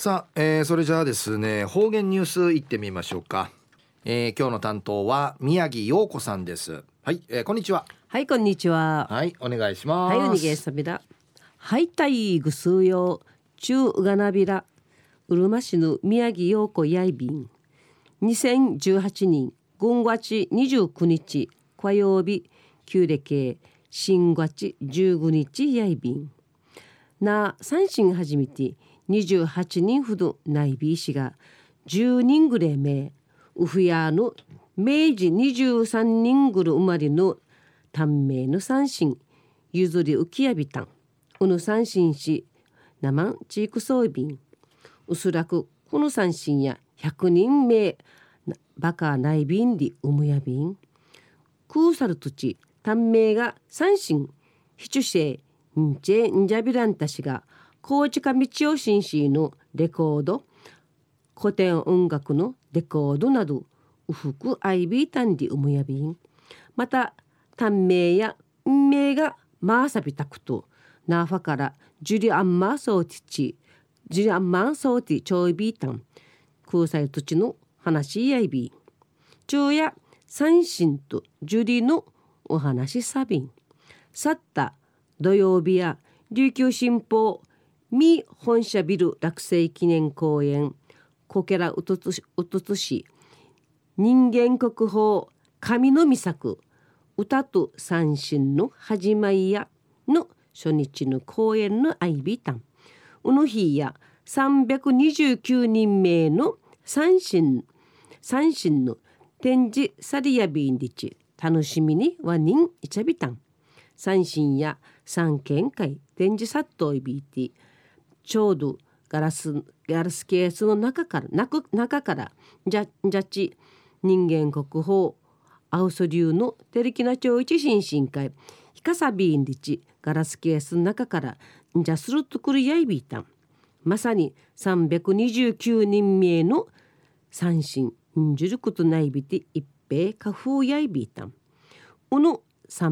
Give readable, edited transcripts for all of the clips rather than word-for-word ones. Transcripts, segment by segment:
さあ、それじゃあですね、方言ニュースいってみましょうか。今日の担当は宮城陽子さんです。はい、こんにちは。 はい、こんにちは。 はい、お願いしはい、おにげます。 さびら。はい、たいぐすうよ。中うがなびら。うるま市の宮城陽子やいびん。2018年5月29日火曜日、旧暦新月15日やいびん。な三振始めて28人ほどないびいしが10人ぐれめうふやの明治23人ぐる生まれの短命の三振譲り浮きやびたんうぬ三振し生チークソイビンおそらくこの三振や100人名バカないびんりうむやびん空さる土地短命が三振ヒチュシェンチェンジャビランタ氏が高知か道を紳士のレコード古典音楽のレコードなどウフクアイビータンディウムヤビンまた短命や運命がマーサビタクトナーファからジュリアンマーソーティチジュリアンマーソーティチョイビータン空彩土地の話やいび昼夜三振とジュリのお話サビン去った土曜日や琉球新報未本社ビル落成記念公園こけらうとつし人間国宝神の御作歌と三振の始まりやの初日の公演のアイビータンうの日や329人名の三振の展示サリヤビンリチ楽しみには人いちゃびたん三振や三見会展示殺到いびいてちょうどガラスケースの中からジャッジ人間国宝アウソ流のテレキナ町一新進会ヒカサビンリチガラスケースの中からジャスルトクルヤイビータンまさに329人名の三振じることないびて一平花風やいびいたんうの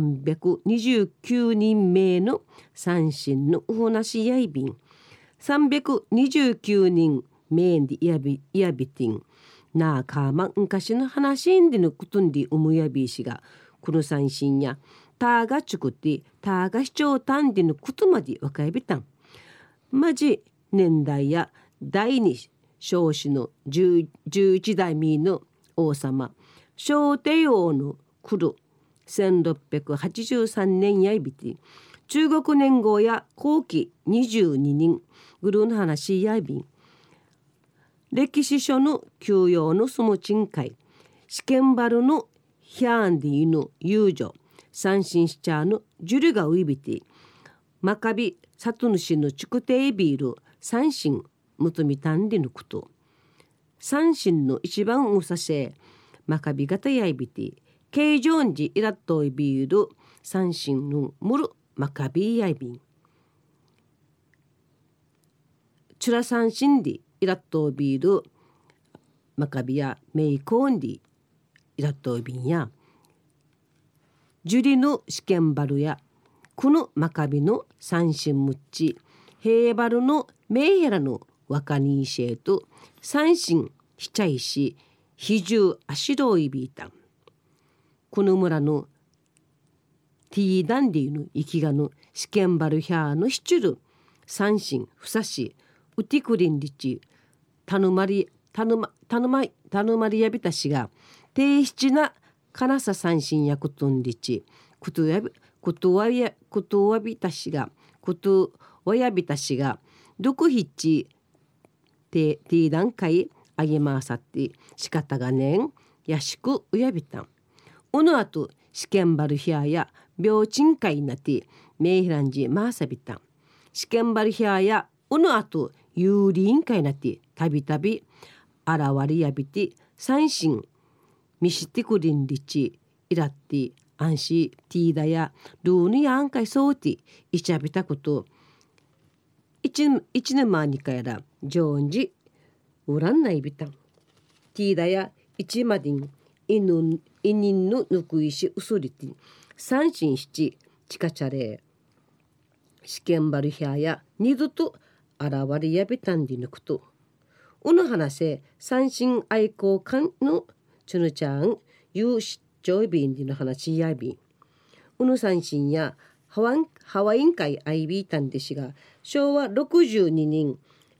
329人名の三振のお話やいびん329人名でやびてんなあかま昔の話んでのことんでおむやびしがこの三振やたがちくってたがしちょうたんでのことまでわかやびたんまじ年代や第二少子の11代目の王様小帝王の来る1683年やいびて中国年号や後期22人グルーの話やいびん歴史書の休養のスムチン会試験バルのヒャンディの遊女三振しちゃのジュリがウイビティマカビサトヌシのチクテイビール三振むつみたんでぬくと三振の一番うさせマカビ型やいびてケイジョンジイラットイビール三振のムルマカビやいびんチュラ三振でイラットビールマカビやメイコーンでイラットビンやジュリの試験バルやこのマカビの三振ムッチヘーバルのメイヘラの若にいしえと三振しちゃいし比重アシロイビータンこの村のティーダンディの生きがの試験バルヒャーのシチュル三振ふさしウティクリンリチタヌマリヤビタシが低質なカナサ三振やことんリチことわびたしがことわやびたしがどこひっちてティーダン会あげまさって仕方がねんやしくうやびたんおのあと試験バルヒャーや病賃会なってメイヒランジマーサビタン試験バルヒャーやおのあと有利委員会なってたびたび現れやびて三振見してくりんりちいらって安心ティーダやルーニアンカイソーティイチャビタこと一年前にかやらジョーンジウランナイビタンティーダや一までんイニンのぬくいしうすりて三振七チカチャレ試験バルヒャーや二度と現れやびたんでぬくとうぬ話せ三振愛好家のチュヌちゃん有出張便での話やびんうぬ三振やハワイン会アイビータンでしが昭和62年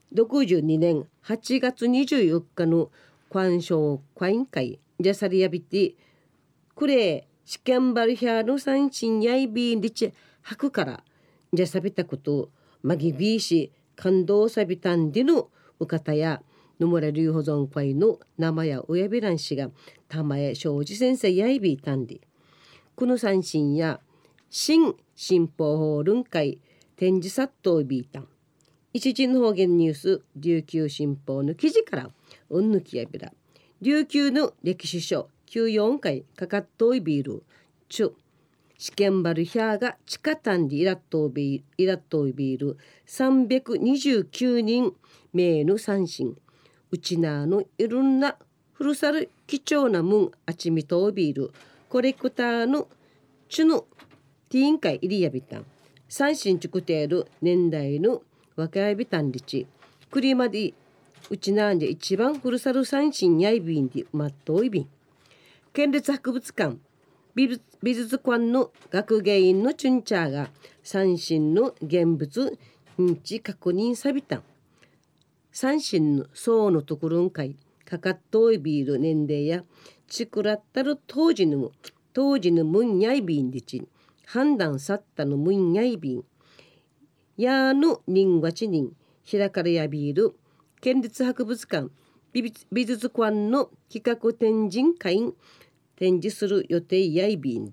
8月24日の官省会員会ジャサリヤビティクレー試験バルヒャーの三振やいびんでちはくからジャサビタことマギビーし感動さびたんでのうかたや野村流保存会の名前や親びらんしが玉江庄司先生やいびいたんでこの三振や新新報法論会展示殺到ビータン一時の方言ニュース琉球新報の記事からうんぬきやびら琉球の歴史書94回かかっといビール中試験バルヒャーが地下単でイラットいビール329人名の三振うちなのいろんな古さる貴重なもんあちみとビールコレクターのチュのティーン会入りやびたん三振ちくている年代の若いびたんりちクリマでうちなんで一番古さる三振やいびんでまっといびん県立博物館美術館の学芸員のチュンチャーが三振の現物認知確認さびたん三振の層のところんかいかかっといビール年齢やちくらったる当時のむんやいびんでち判断さったのむんやいびんやの人わち人開かれやビール県立博物館美術館の企画展示会員展示する予定やいびんで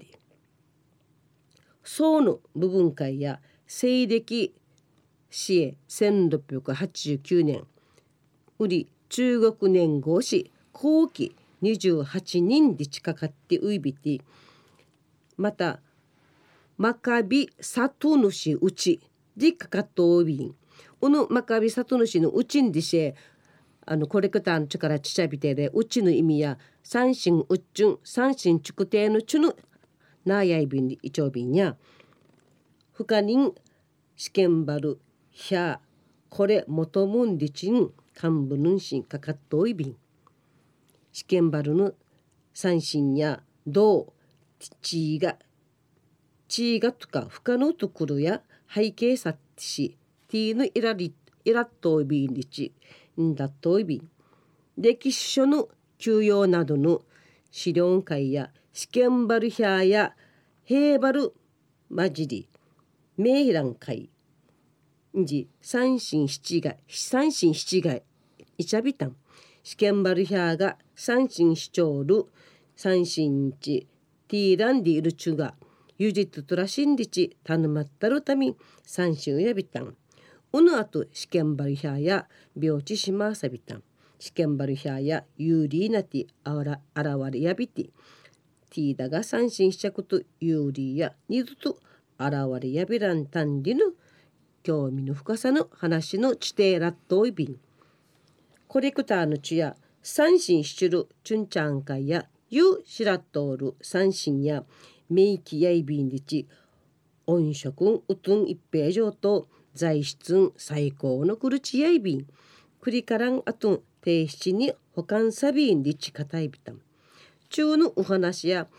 層の部分会や西暦市へ1689年売り中国年号し後期28人で近かってういびてまたマカビサトヌシうちでかかっとおびんこのマカビサトヌシのうちんでしコレクターの力ちちゃびてでうちの意味や三振うっちゅん三振ちくてのちゅのなやいびんいちょうびんやふかにん試験バルひゃこれもともんでちん幹部ぬんしんかかっといびん試験バルの三振やどうちがとかふかのところや背景さっしティーのイラッといびんりちんだっといびん歴史書の休養などの資料会や試験バルヒャーやヘーバルマジリメイラン会三振七がイチャビタン試験バルヒャーが三振しちょうる三振地ティーランディールチュがユジトトラシンリチタヌマッタルタミ三振やびたんうのあと試験バルヒャーや病地しまさびたん試験バルヒャーやユーリーナティあらわれやびてティーダが三振しちゃことユーリーや二度とあらわれやびらんたんりの興味の深さの話の地底ラットイビンコレクターの地や三振しちるチュンチャンカイやユーシラットール三振やメイキやいびんりち音色うとん一平上と材質最高のクルチやいびんクリカランあとん提出に保管サビンリチカタイビタン中のお話や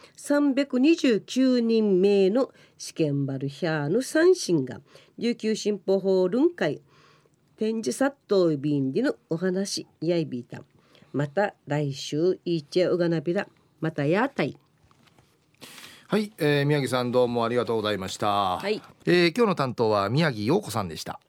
329人名の試験バルヒャーの三振が琉球新報法論会展示殺到便でのお話やいびいたまた来週いいちゃうがなびらまたやたいはい、宮城さんどうもありがとうございました、 はい今日の担当は宮城陽子さんでした。